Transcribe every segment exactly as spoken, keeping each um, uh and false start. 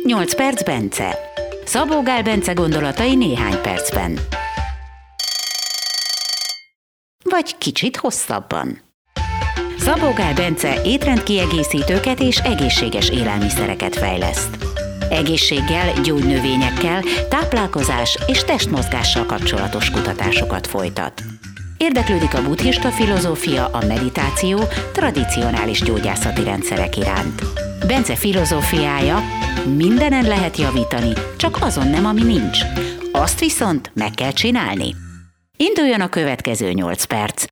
nyolc perc Bence. Szabó Gál Bence gondolatai néhány percben. Vagy kicsit hosszabban. Szabó Gál Bence étrendkiegészítőket és egészséges élelmiszereket fejleszt. Egészséggel, gyógynövényekkel, táplálkozás és testmozgással kapcsolatos kutatásokat folytat. Érdeklődik a buddhista filozófia, a meditáció, tradicionális gyógyászati rendszerek iránt. Bence filozófiája: mindenen lehet javítani, csak azon nem, ami nincs. Azt viszont meg kell csinálni. Induljon a következő nyolc perc.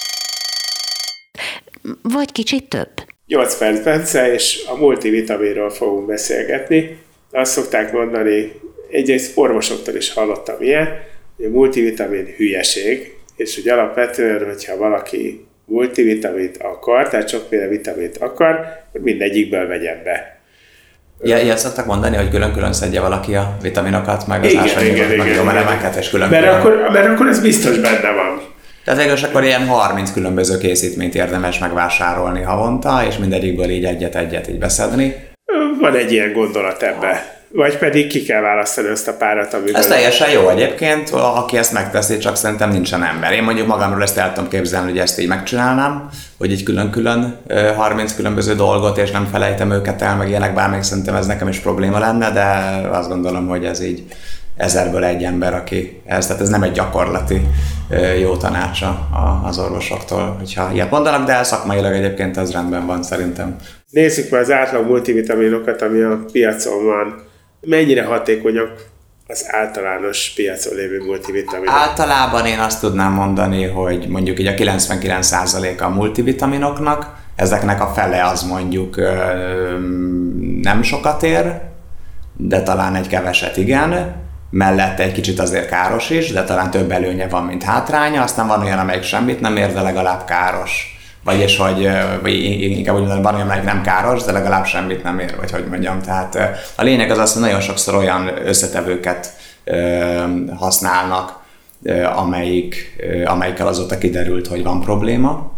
Vagy kicsit több. nyolc perc Bence, és a multivitaminról fogunk beszélgetni. Azt szokták mondani, egyrészt orvosoktól is hallottam ilyen, hogy a multivitamin hülyeség, és hogy alapvetően, hogyha valaki multivitamint akar, tehát sokféle vitamint akar, akkor mindegyikből vegyen be. Ja, ilyen szoktak mondani, hogy külön-külön szedje valaki a vitaminokat, meg az ásványokat, meg jó elemeket, és külön-külön. Mert akkor, mert akkor ez biztos benne van. Tehát végülis akkor ilyen harminc különböző készítményt érdemes megvásárolni havonta, és mindegyikből így egyet-egyet így beszedni. Van egy ilyen gondolat ebbe. Vagy pedig ki kell választani azt a párat, amiből... Ez teljesen jó egyébként, aki ezt megteszi, csak szerintem nincsen ember. Én mondjuk magamról ezt el tudom képzelni, hogy ezt így megcsinálnám, hogy így külön-külön harminc különböző dolgot, és nem felejtem őket el, meg ilyenek, bár még szerintem ez nekem is probléma lenne, de azt gondolom, hogy ez így ezerből egy ember, aki ez, tehát ez nem egy gyakorlati jó tanácsa az orvosoktól, hogyha ilyet mondanak, de szakmailag egyébként ez rendben van szerintem. Nézzük meg az átlag multivitaminokat, ami a piacon van. Mennyire hatékonyak az általános piacon lévő multivitaminok? Általában én azt tudnám mondani, hogy mondjuk így a kilencvenkilenc százaléka a multivitaminoknak, ezeknek a fele az mondjuk ö, nem sokat ér, de talán egy keveset igen, mellette egy kicsit azért káros is, de talán több előnye van, mint hátránya, aztán van olyan, amelyik semmit nem ér, de legalább káros. Vagyis, hogy vagy inkább úgy mondani, van olyan, amelyik nem káros, de legalább semmit nem ér, vagy hogy mondjam. Tehát a lényeg az az, hogy nagyon sokszor olyan összetevőket használnak, amelyik, amelyikkel azóta kiderült, hogy van probléma,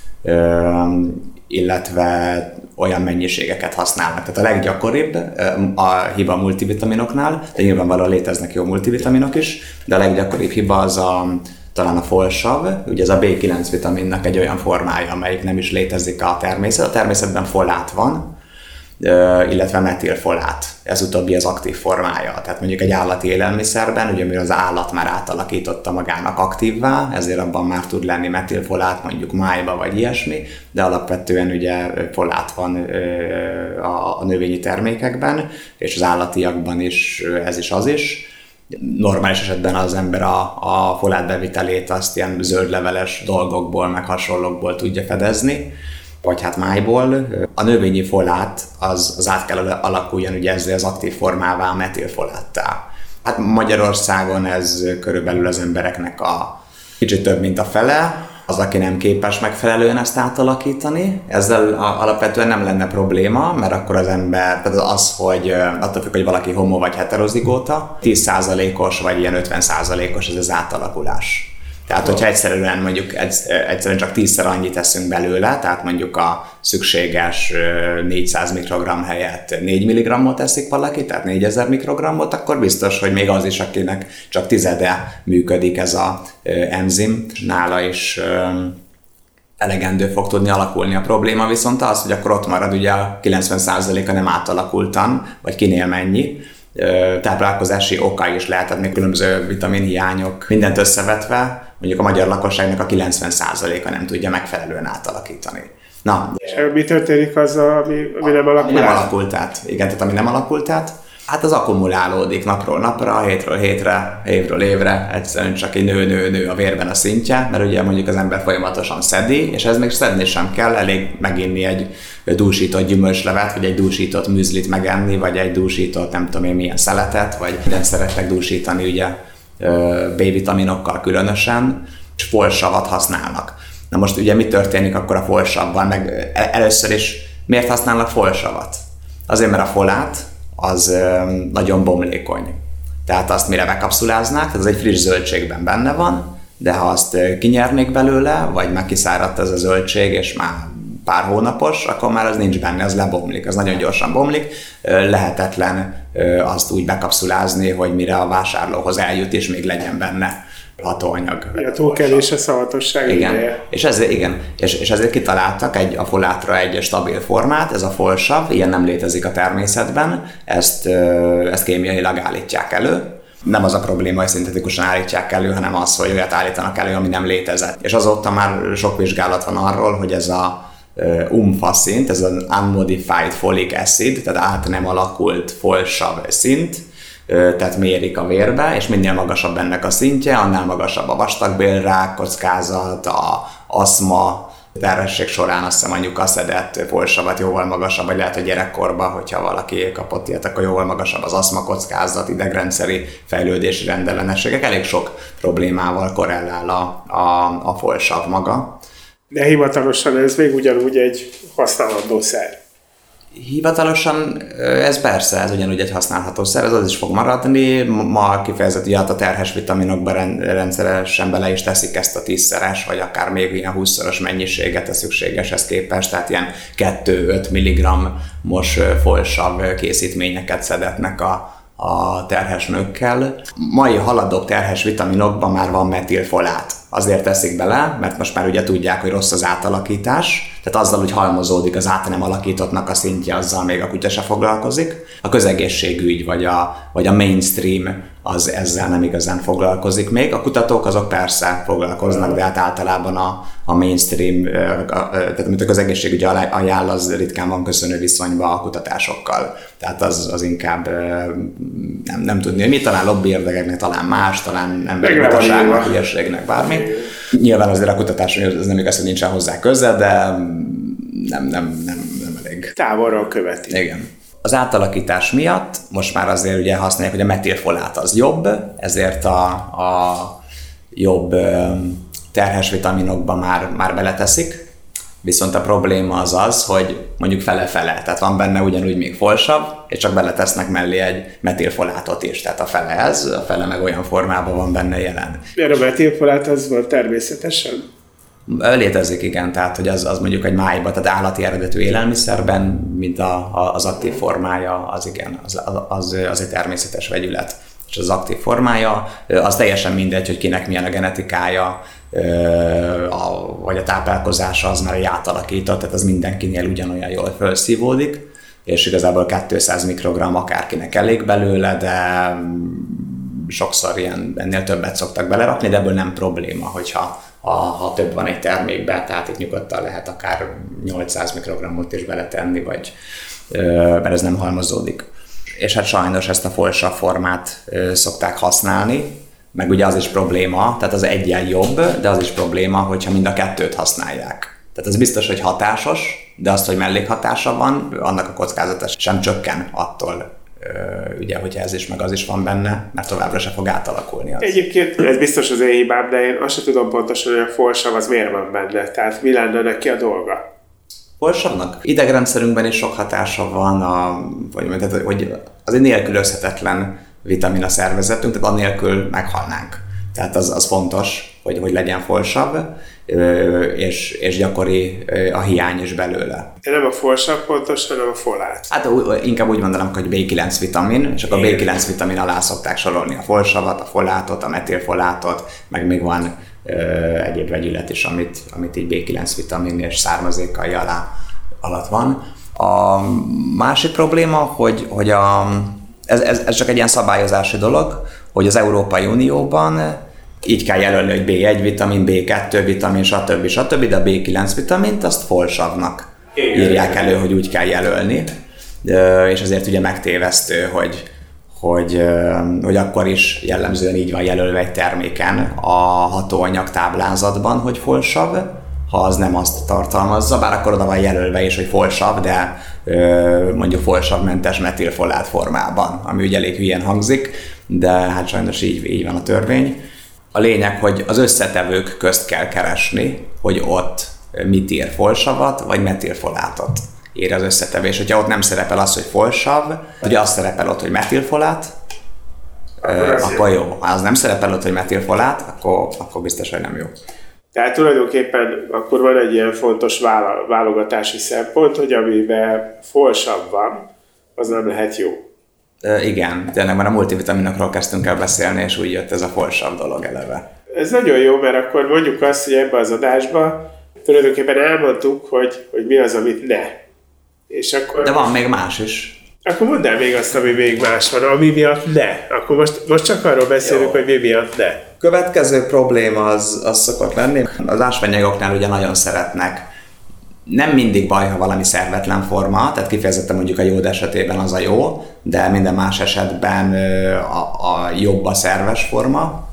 illetve olyan mennyiségeket használnak. Tehát a leggyakoribb a hiba a multivitaminoknál, de nyilvánvalóan léteznek jó multivitaminok is, de a leggyakoribb hiba az a talán a folsav, ugye ez a bé kilenc vitaminnak egy olyan formája, amelyik nem is létezik a természet. A természetben folát van, illetve metilfolát. Ez utóbbi az aktív formája. Tehát mondjuk egy állati élelmiszerben, ugye mivel az állat már átalakította magának aktívvá, ezért abban már tud lenni metilfolát, mondjuk májba vagy ilyesmi, de alapvetően ugye folát van a növényi termékekben, és az állatiakban is ez is az is. Normális esetben az ember a, a folát bevitelét azt ilyen zöldleveles dolgokból, meg hasonlókból tudja fedezni, vagy hát májból. A növényi folát az, az át kell alakuljon ugye ezzel az aktív formává, metilfoláttá. Hát Magyarországon ez körülbelül az embereknek a kicsit több, mint a fele, az, aki nem képes megfelelően ezt átalakítani. Ezzel alapvetően nem lenne probléma, mert akkor az ember, tehát az, hogy attól függ, hogy valaki homo vagy heterozigóta, tíz százalékos vagy ilyen ötven százalékos ez az átalakulás. Tehát, hogyha egyszerűen mondjuk egyszerűen csak tízszer annyit teszünk belőle, tehát mondjuk a szükséges négyszáz mikrogramm helyett négy milligrammot teszik valaki, tehát négyezer mikrogrammot, akkor biztos, hogy még az is, akinek csak tizede működik ez a enzim, nála is elegendő fog tudni alakulni a probléma, viszont az, hogy akkor ott marad ugye a kilencven százaléka nem átalakultan, vagy kinél mennyi, táplálkozási okai is lehet, tehát még különböző vitaminhiányok, mindent összevetve, mondjuk a magyar lakosságnak a kilencven százaléka nem tudja megfelelően átalakítani. Na, és mi történik azzal, ami, ami nem alakult? Ami nem alakult át. Igen, tehát ami nem alakult át, hát az akkumulálódik napról napra, hétről hétre, évről évre, egyszerűen csak egy nő-nő-nő a vérben a szintje, mert ugye mondjuk az ember folyamatosan szedi, és ez még szedni sem kell, elég meginni egy dúsított gyümölcslevet, vagy egy dúsított műzlit megenni, vagy egy dúsított nem tudom én milyen szeletet, vagy mindent szeretek dúsítani ugye B-vitaminokkal különösen, és folsavat használnak. Na most ugye mi történik akkor a folsavban, meg először is miért használnak folsavat? Azért, mert a folát az nagyon bomlékony. Tehát azt mire bekapszuláznák, tehát az egy friss zöldségben benne van, de ha azt kinyernék belőle, vagy már kiszáradt ez a zöldség, és már pár hónapos, akkor már az nincs benne, az lebomlik, az nagyon gyorsan bomlik, lehetetlen azt úgy bekapszulázni, hogy mire a vásárlóhoz eljut, és még legyen benne hatóanyag. A túlkelés a szavatosság igen. ideje. És ezért, igen, és, és ezért kitaláltak egy, a folátra egy stabil formát, ez a folsav, ilyen nem létezik a természetben, ezt, ezt kémiailag állítják elő. Nem az a probléma, hogy szintetikusan állítják elő, hanem az, hogy olyat állítanak elő, ami nem létezett. És azóta már sok vizsgálat van arról, hogy ez a u em ef á szint, ez az Unmodified Folic Acid, tehát át nem alakult folsav szint, tehát mérik a vérbe, és minél magasabb ennek a szintje, annál magasabb a vastagbélrák kockázat, a aszma, terhesség során azt hiszem mondjuk a szedett folsavat jóval magasabb, vagy lehet, hogy gyerekkorban, hogyha valaki kapott ilyet, akkor jóval magasabb az aszma kockázat, idegrendszeri fejlődési rendellenességek, elég sok problémával korrelál a, a, a folsav maga. De hivatalosan ez még ugyanúgy egy használható szer. Hivatalosan ez persze, ez ugyanúgy egy használható szer, ez az is fog maradni. Ma kifejezetten hát a terhes vitaminokban rendszeresen bele is teszik ezt a tízszeres, vagy akár még ilyen húszszoros mennyiséget a szükségeshez képest, tehát ilyen kettő-öt milligrammos folsav készítményeket szedetnek a, a terhes nőkkel. Mai haladóbb terhes vitaminokban már van metilfolát. Azért teszik bele, mert most már ugye tudják, hogy rossz az átalakítás, tehát azzal, hogy halmozódik az át nem alakítottnak a szintje, azzal még a kutya se foglalkozik. A közegészségügy vagy a, vagy a mainstream az ezzel nem igazán foglalkozik még. A kutatók azok persze foglalkoznak, de hát általában a, a mainstream, tehát amit a közegészségügy ajánl, az ritkán van köszönő viszonyban a kutatásokkal. Tehát az, az inkább nem, nem tudni, hogy mi, talán lobby érdekeknek, talán más, talán emberi butaságnak, ügyességnek, bármi. Nyilván azért a kutatás ez nem igaz, hogy nincsen hozzá köze, de nem, nem, nem, nem elég. Távolról követi. Igen. Az átalakítás miatt most már azért ugye használják, hogy a metilfolát az jobb, ezért a, a jobb terhes vitaminokba már, már beleteszik, viszont a probléma az az, hogy mondjuk fele-fele, tehát van benne ugyanúgy még folsav, és csak beletesznek mellé egy metilfolátot is, tehát a fele ez, a fele meg olyan formában van benne jelen. Mert a metilfolát az van természetesen? Létezik, igen, tehát hogy az, az mondjuk egy májba, tehát állati eredetű élelmiszerben, mint a, a, az aktív formája, az igen, az, az, az egy természetes vegyület. És az aktív formája, az teljesen mindegy, hogy kinek milyen a genetikája, a, vagy a táplálkozása, az már egy átalakított, tehát az mindenkinél ugyanolyan jól felszívódik, és igazából kétszáz mikrogramm akárkinek elég belőle, de sokszor ilyen, ennél többet szoktak belerakni, de ebből nem probléma, hogyha ha, ha több van egy termékben, tehát itt nyugodtan lehet akár nyolcszáz mikrogrammot is beletenni, vagy, mert ez nem halmozódik. És hát sajnos ezt a folsav formát szokták használni, meg ugye az is probléma, tehát az egyen jobb, de az is probléma, hogyha mind a kettőt használják. Tehát ez biztos, hogy hatásos, de azt, hogy mellékhatása van, annak a kockázata sem csökken attól, ugye, hogyha ez is, meg az is van benne, mert továbbra se fog átalakulni az. Egyébként ez biztos az én hibám, de én azt sem tudom pontosan, hogy a folsav az miért van benne, tehát mi lenne neki a dolga? Folsavnak idegrendszerünkben is sok hatása van, a, vagy, tehát, hogy az egy nélkülözhetetlen vitamin a szervezetünk, tehát annélkül meghalnánk. Tehát az, az fontos, hogy, hogy legyen folsav, és, és gyakori a hiány is belőle. De nem a folsav pontos, hanem a folát. Hát inkább úgy mondanám, hogy bé kilenc vitamin, és akkor a bé kilenc vitamin alá szokták sorolni a folsavat, a folátot, a metilfolátot, meg még van ö, egyéb vegyület is, amit, amit így bé kilenc vitamin és származékai alá, alatt van. A másik probléma, hogy, hogy a, ez, ez, ez csak egy ilyen szabályozási dolog, hogy az Európai Unióban így kell jelölni, hogy bé egy vitamin, bé kettő vitamin, stb. stb., de a bé kilenc vitamint azt folsavnak írják elő, hogy úgy kell jelölni. És ezért ugye megtévesztő, hogy, hogy, hogy akkor is jellemzően így van jelölve egy terméken a hatóanyag táblázatban, hogy folsav, ha az nem azt tartalmazza, bár akkor oda van jelölve is, hogy folsav, de mondjuk folsavmentes metilfolát formában, ami ugye elég hülyen hangzik, de hát sajnos így, így van a törvény. A lényeg, hogy az összetevők közt kell keresni, hogy ott mit ír folsavat, vagy metilfolátot ír az összetevő. És hogyha ott nem szerepel az, hogy folsav, ugye az szerepel ott, hogy metilfolát, akkor, akkor jó. Ha az nem szerepel ott, hogy metilfolát, akkor, akkor biztos, hogy nem jó. Tehát tulajdonképpen akkor van egy ilyen fontos válogatási szempont, hogy amiben folsav van, az nem lehet jó. E, igen, tényleg már a multivitaminokról kezdtünk el beszélni, és úgy jött ez a folsav dolog eleve. Ez nagyon jó, mert akkor mondjuk azt, hogy ebbe az adásba tulajdonképpen elmondtuk, hogy, hogy mi az, amit ne. És akkor... De van még más is. Akkor mondd el még azt, ami még más van, ami miatt ne. Akkor most, most csak arról beszélünk, jó, hogy mi miatt ne. Következő probléma az, az szokott lenni. Az ásványanyagoknál ugye nagyon szeretnek. Nem mindig baj, ha valami szervetlen forma, tehát kifejezetten mondjuk a jód esetében az a jó, de minden más esetben a, a jobb a szerves forma.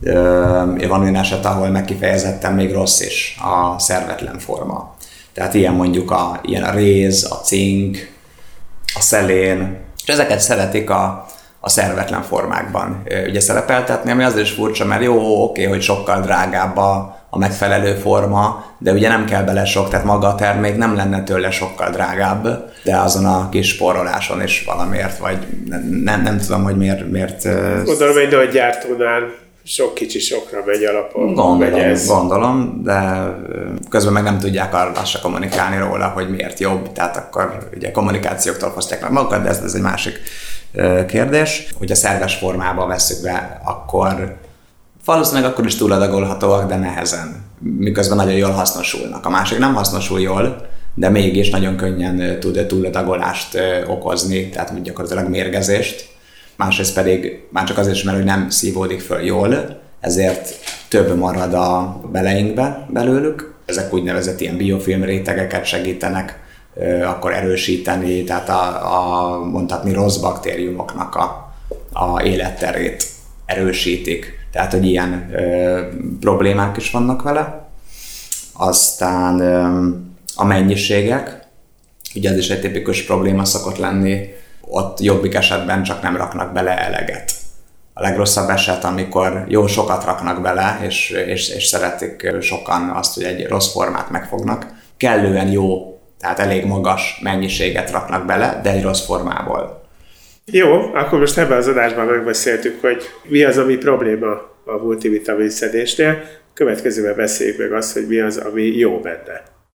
Van olyan eset, ahol meg kifejezetten még rossz is a szervetlen forma. Tehát ilyen mondjuk a, ilyen a réz, a cink, a szelén, és ezeket szeretik a, a szervetlen formákban ugye szerepeltetni, ami azért is furcsa, mert jó, oké, hogy sokkal drágább a, a megfelelő forma, de ugye nem kell bele sok, tehát maga a termék nem lenne tőle sokkal drágább, de azon a kis spóroláson is valamiért, vagy nem, nem tudom, hogy miért... miért Gondolom, egy nagy gyártónál sok kicsi sokra megy alapon. Gondolom, gondolom, de közben meg nem tudják arra azt se kommunikálni róla, hogy miért jobb, tehát akkor ugye kommunikációktól fosztják meg magukat, de ez, ez egy másik kérdés. Hogy a szerves formába vesszük be, akkor valószínűleg akkor is túladagolhatóak, de nehezen, miközben nagyon jól hasznosulnak. A másik nem hasznosul jól, de mégis nagyon könnyen tud túladagolást okozni, tehát gyakorlatilag mérgezést. Másrészt pedig már csak azért is, mert hogy nem szívódik föl jól, ezért több marad a beleinkbe belőlük. Ezek úgynevezett ilyen biofilm rétegeket segítenek akkor erősíteni, tehát a, a mondhatni rossz baktériumoknak a, a életterét erősítik. Tehát, hogy ilyen ö, problémák is vannak vele. Aztán ö, a mennyiségek, ugye ez is egy tipikus probléma szokott lenni, ott jobbik esetben csak nem raknak bele eleget. A legrosszabb eset, amikor jó sokat raknak bele, és, és, és szeretik sokan azt, hogy egy rossz formát megfognak. Kellően jó, tehát elég magas mennyiséget raknak bele, de egy rossz formából. Jó, akkor most ebben az adásban megbeszéltük, hogy mi az, ami probléma a multivitamin szedésnél. Következőben beszéljük meg azt, hogy mi az, ami jó benne.